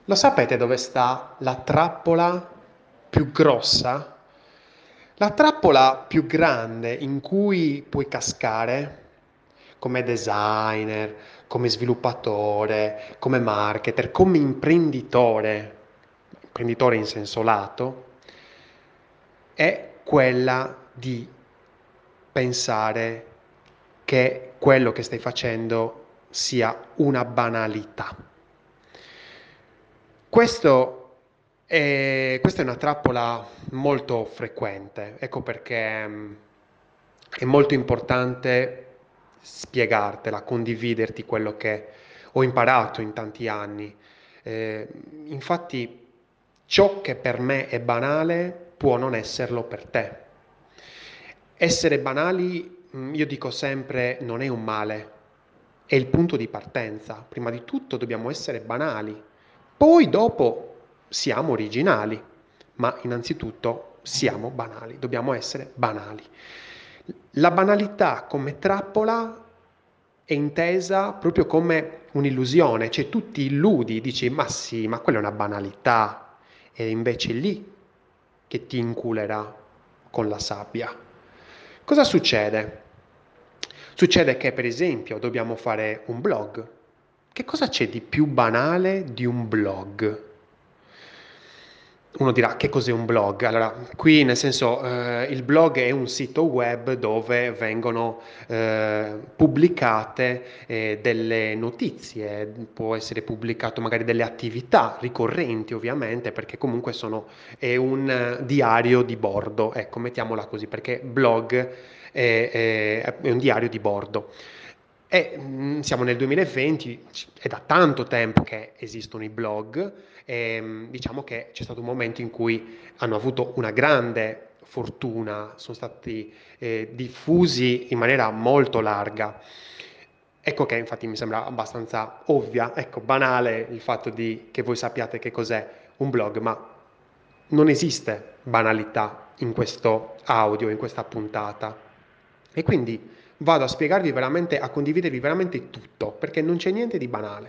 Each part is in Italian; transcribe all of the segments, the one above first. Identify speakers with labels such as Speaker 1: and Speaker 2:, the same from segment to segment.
Speaker 1: Lo sapete dove sta la trappola più grossa? La trappola più grande in cui puoi cascare come designer, come sviluppatore, come marketer, come imprenditore, imprenditore in senso lato, è quella di pensare che quello che stai facendo sia una banalità. Questa è una trappola molto frequente, ecco perché è molto importante spiegartela, condividerti quello che ho imparato in tanti anni. Eh, infatti, ciò che per me è banale può non esserlo per te. Essere banali, io dico sempre, non è un male, è il punto di partenza. Prima di tutto dobbiamo essere banali, poi dopo siamo originali, ma innanzitutto siamo banali, dobbiamo essere banali. La banalità come trappola è intesa proprio come un'illusione, cioè tu ti illudi, dici ma sì, ma quella è una banalità, e invece è lì che ti inculerà con la sabbia. Cosa succede? Succede che per esempio dobbiamo fare un blog. Che cosa c'è di più banale di un blog? Uno dirà che cos'è un blog? Allora, qui nel senso il blog è un sito web dove vengono pubblicate delle notizie, può essere pubblicato magari delle attività ricorrenti ovviamente perché comunque è un diario di bordo, ecco, mettiamola così, perché blog è un diario di bordo. E siamo nel 2020, è da tanto tempo che esistono i blog e diciamo che c'è stato un momento in cui hanno avuto una grande fortuna, sono stati diffusi in maniera molto larga. Ecco che infatti mi sembra abbastanza ovvia, ecco, banale il fatto che voi sappiate che cos'è un blog, ma non esiste banalità in questo audio, in questa puntata. E quindi vado a spiegarvi veramente, a condividervi veramente tutto, perché non c'è niente di banale.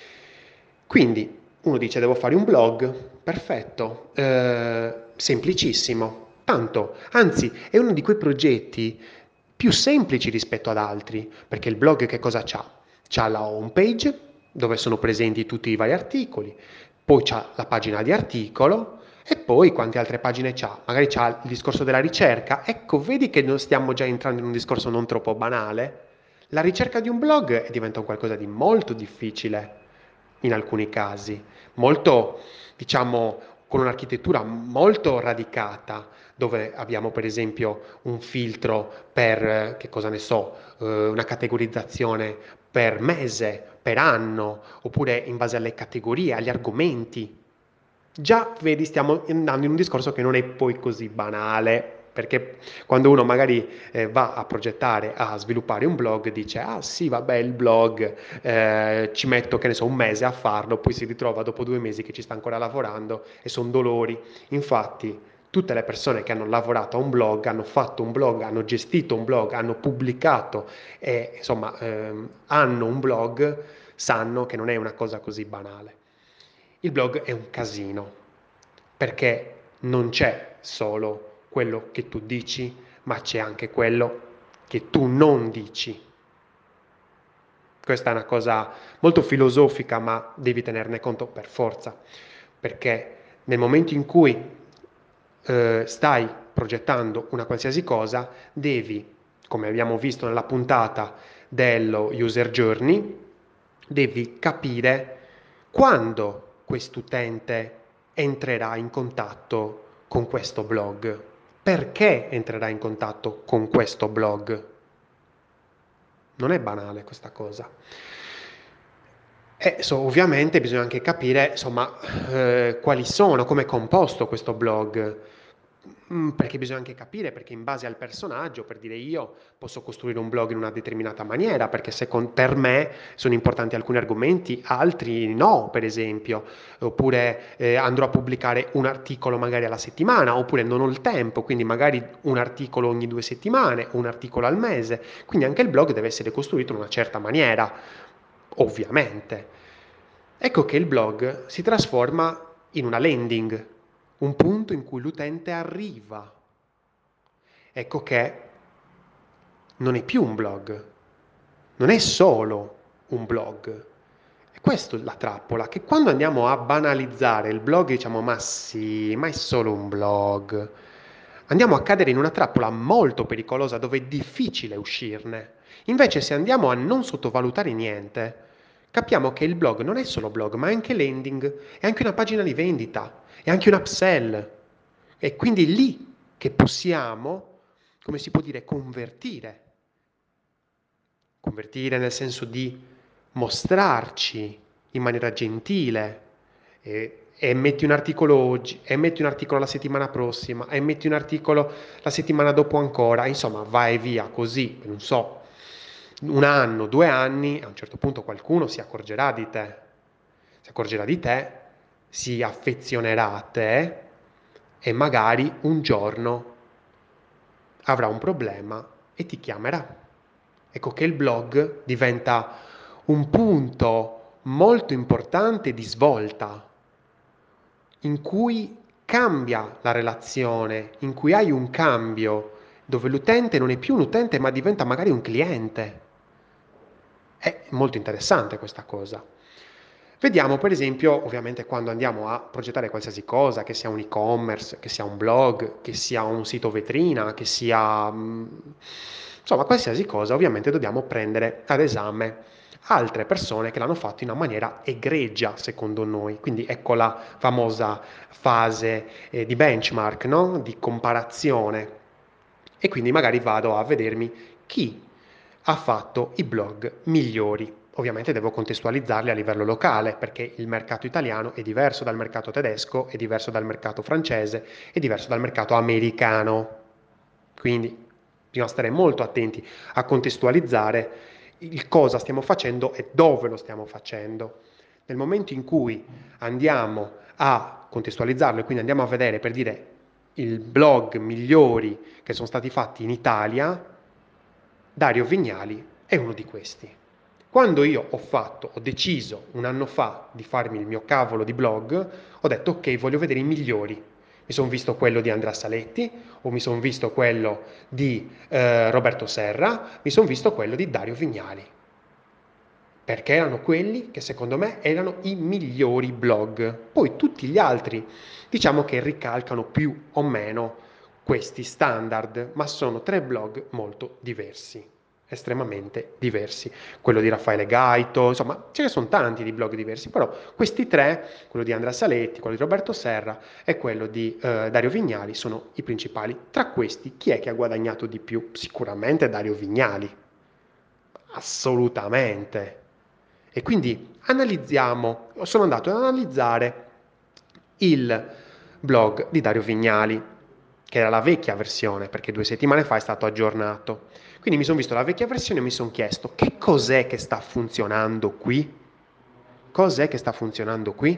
Speaker 1: Quindi uno dice devo fare un blog, perfetto, semplicissimo, tanto, anzi è uno di quei progetti più semplici rispetto ad altri, perché il blog che cosa c'ha? C'ha la home page dove sono presenti tutti i vari articoli, poi c'ha la pagina di articolo e poi quante altre pagine c'ha? Magari c'ha il discorso della ricerca. Ecco, vedi che non stiamo già entrando in un discorso non troppo banale? La ricerca di un blog diventa un qualcosa di molto difficile in alcuni casi, molto, diciamo, con un'architettura molto radicata, dove abbiamo per esempio un filtro per, che cosa ne so, una categorizzazione per mese, per anno, oppure in base alle categorie, agli argomenti. Già, vedi, stiamo andando in un discorso che non è poi così banale, perché quando uno magari va a progettare, a sviluppare un blog, dice, ah sì, vabbè, il blog, ci metto, che ne so, un mese a farlo, poi si ritrova dopo 2 mesi che ci sta ancora lavorando e sono dolori. Infatti, tutte le persone che hanno lavorato a un blog, hanno fatto un blog, hanno gestito un blog, hanno pubblicato e insomma hanno un blog, sanno che non è una cosa così banale. Il blog è un casino perché non c'è solo quello che tu dici, ma c'è anche quello che tu non dici. Questa è una cosa molto filosofica, ma devi tenerne conto per forza, perché nel momento in cui stai progettando una qualsiasi cosa, devi, come abbiamo visto nella puntata dello user journey, devi capire quando quest'utente entrerà in contatto con questo blog, perché entrerà in contatto con questo blog. Non è banale questa cosa. E ovviamente bisogna anche capire, insomma, quali sono, come è composto questo blog. Perché bisogna anche capire, perché in base al personaggio, per dire io posso costruire un blog in una determinata maniera, perché per me sono importanti alcuni argomenti, altri no, per esempio, oppure andrò a pubblicare un articolo magari alla settimana, oppure non ho il tempo, quindi magari un articolo ogni 2 settimane, un articolo al mese, quindi anche il blog deve essere costruito in una certa maniera, ovviamente. ecco che il blog si trasforma in una landing, un punto in cui l'utente arriva. Ecco che non è più un blog, non è solo un blog. E questa è la trappola, che quando andiamo a banalizzare il blog diciamo ma sì, ma è solo un blog. Andiamo a cadere in una trappola molto pericolosa dove è difficile uscirne. Invece se andiamo a non sottovalutare niente, capiamo che il blog non è solo blog, ma è anche landing, è anche una pagina di vendita, è anche un upsell. E quindi è lì che possiamo, come si può dire, convertire. Convertire nel senso di mostrarci in maniera gentile e metti un articolo oggi, e metti un articolo la settimana prossima, e metti un articolo la settimana dopo ancora, insomma vai via così, non so, un anno, 2 anni, a un certo punto qualcuno si accorgerà di te, si affezionerà a te e magari un giorno avrà un problema e ti chiamerà. Ecco che il blog diventa un punto molto importante di svolta in cui cambia la relazione, in cui hai un cambio dove l'utente non è più un utente ma diventa magari un cliente. È molto interessante questa cosa. Vediamo per esempio, ovviamente quando andiamo a progettare qualsiasi cosa, che sia un e-commerce, che sia un blog, che sia un sito vetrina, che sia insomma qualsiasi cosa, ovviamente dobbiamo prendere ad esame altre persone che l'hanno fatto in una maniera egregia secondo noi. Quindi ecco la famosa fase di benchmark, no? Di comparazione. E quindi magari vado a vedermi chi ha fatto i blog migliori. Ovviamente devo contestualizzarli a livello locale perché il mercato italiano è diverso dal mercato tedesco, è diverso dal mercato francese, è diverso dal mercato americano. Quindi bisogna stare molto attenti a contestualizzare il cosa stiamo facendo e dove lo stiamo facendo. Nel momento in cui andiamo a contestualizzarlo e quindi andiamo a vedere per dire i blog migliori che sono stati fatti in Italia, Dario Vignali è uno di questi. Quando io ho deciso un anno fa di farmi il mio cavolo di blog, ho detto ok, voglio vedere i migliori. Mi sono visto quello di Andrea Saletti, o mi sono visto quello di Roberto Serra, mi sono visto quello di Dario Vignali. Perché erano quelli che secondo me erano i migliori blog. Poi tutti gli altri, diciamo che ricalcano più o meno questi standard, ma sono 3 blog molto diversi, estremamente diversi. Quello di Raffaele Gaito, insomma, ce ne sono tanti di blog diversi, però questi 3, quello di Andrea Saletti, quello di Roberto Serra e quello di Dario Vignali, sono i principali. Tra questi, chi è che ha guadagnato di più? Sicuramente Dario Vignali, assolutamente. E quindi sono andato ad analizzare il blog di Dario Vignali, che era la vecchia versione, perché 2 settimane fa è stato aggiornato. Quindi mi sono visto la vecchia versione e mi sono chiesto che cos'è che sta funzionando qui? Cos'è che sta funzionando qui?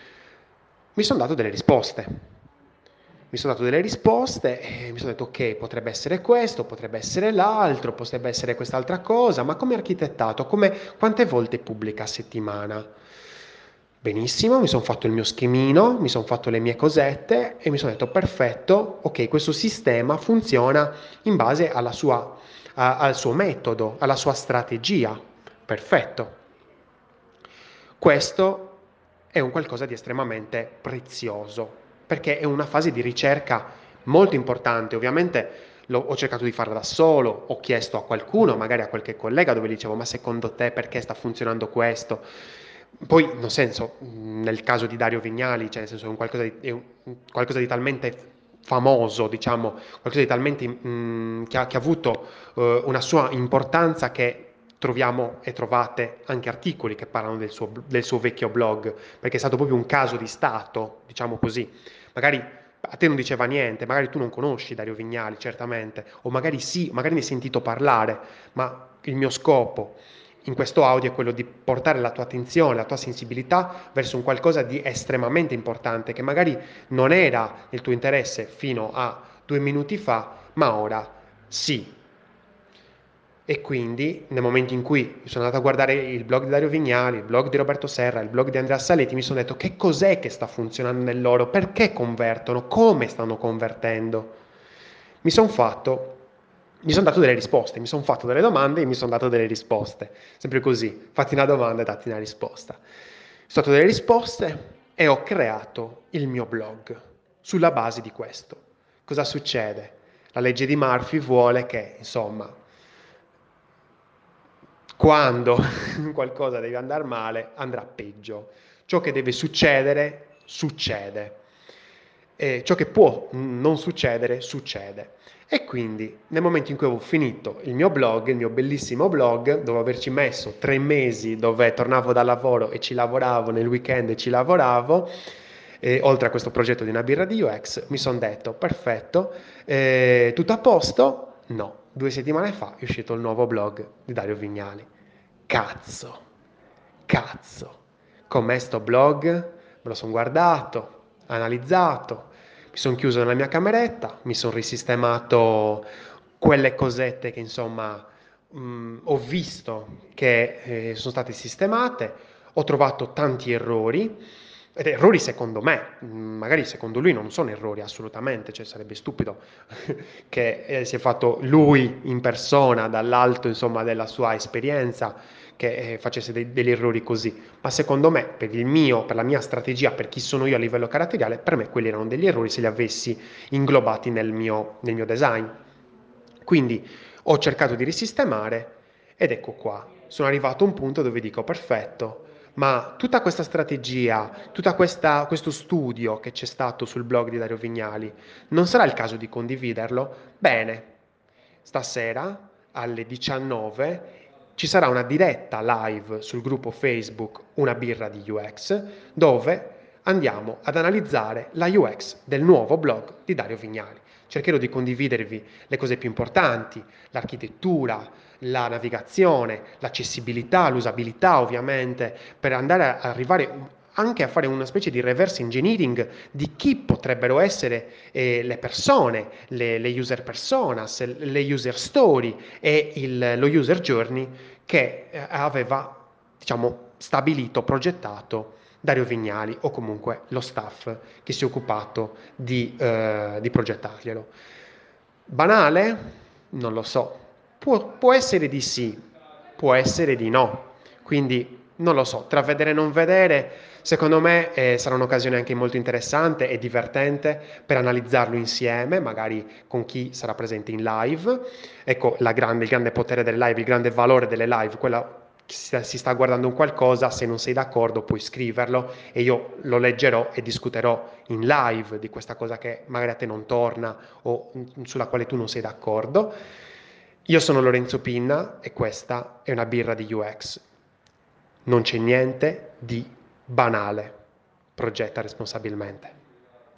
Speaker 1: Mi sono dato delle risposte. Mi sono dato delle risposte e mi sono detto ok, potrebbe essere questo, potrebbe essere l'altro, potrebbe essere quest'altra cosa, ma come architettato, quante volte pubblica a settimana? Benissimo, mi sono fatto il mio schemino, mi sono fatto le mie cosette e mi sono detto perfetto, ok, questo sistema funziona in base al suo metodo, alla sua strategia. Perfetto. Questo è un qualcosa di estremamente prezioso, perché è una fase di ricerca molto importante. Ovviamente ho cercato di farla da solo, ho chiesto a qualcuno, magari a qualche collega, dove gli dicevo, ma secondo te perché sta funzionando questo? Poi, nel senso, nel caso di Dario Vignali, cioè nel senso è un qualcosa di talmente famoso, diciamo, qualcosa di talmente che ha avuto una sua importanza che troviamo e trovate anche articoli che parlano del suo vecchio blog, perché è stato proprio un caso di stato, diciamo così. Magari a te non diceva niente, magari tu non conosci Dario Vignali, certamente, o magari sì, magari ne hai sentito parlare, ma il mio scopo in questo audio è quello di portare la tua attenzione, la tua sensibilità verso un qualcosa di estremamente importante che magari non era nel tuo interesse fino a 2 minuti fa, ma ora sì. E quindi nel momento in cui sono andato a guardare il blog di Dario Vignali, il blog di Roberto Serra, il blog di Andrea Saletti, mi sono detto che cos'è che sta funzionando nel loro, perché convertono, come stanno convertendo. Mi sono fatto, mi sono dato delle risposte, mi sono fatto delle domande e mi sono dato delle risposte. Sempre così, fatti una domanda e datti una risposta. Ho dato delle risposte e ho creato il mio blog sulla base di questo. Cosa succede? La legge di Murphy vuole che, insomma, quando qualcosa deve andare male, andrà peggio. Ciò che deve succedere, succede. E ciò che può non succedere, succede. E quindi, nel momento in cui avevo finito il mio blog, il mio bellissimo blog, dopo averci messo 3 mesi dove tornavo dal lavoro e ci lavoravo, nel weekend e ci lavoravo, oltre a questo progetto di una birra di UX, mi sono detto, perfetto, tutto a posto? No. 2 settimane fa è uscito il nuovo blog di Dario Vignali. Cazzo, cazzo, com'è sto blog? Me lo sono guardato, analizzato, mi sono chiuso nella mia cameretta, mi sono risistemato quelle cosette che insomma ho visto che sono state sistemate, ho trovato tanti errori, ed errori secondo me, magari secondo lui non sono errori assolutamente, cioè sarebbe stupido che si è fatto lui in persona dall'alto insomma della sua esperienza che facesse degli errori così, ma secondo me per la mia strategia, per chi sono io a livello caratteriale, per me quelli erano degli errori se li avessi inglobati nel mio design. Quindi ho cercato di risistemare ed ecco qua, sono arrivato a un punto dove dico perfetto, ma tutta questa strategia, questo studio che c'è stato sul blog di Dario Vignali, non sarà il caso di condividerlo? Bene, stasera alle 19 ci sarà una diretta live sul gruppo Facebook Una birra di UX, dove andiamo ad analizzare la UX del nuovo blog di Dario Vignali. Cercherò di condividervi le cose più importanti, l'architettura, la navigazione, l'accessibilità, l'usabilità ovviamente, per andare a arrivare anche a fare una specie di reverse engineering di chi potrebbero essere le persone, le user personas, le user story e lo user journey che aveva, diciamo, stabilito, progettato Dario Vignali o comunque lo staff che si è occupato di progettarglielo. Banale? Non lo so. Può essere di sì, può essere di no. Quindi non lo so, tra vedere e non vedere, secondo me sarà un'occasione anche molto interessante e divertente per analizzarlo insieme, magari con chi sarà presente in live. Ecco, il grande potere delle live, il grande valore delle live, quella che si sta guardando un qualcosa, se non sei d'accordo puoi scriverlo e io lo leggerò e discuterò in live di questa cosa che magari a te non torna o sulla quale tu non sei d'accordo. Io sono Lorenzo Pinna e questa è una birra di UX. Non c'è niente di banale. Progetta responsabilmente.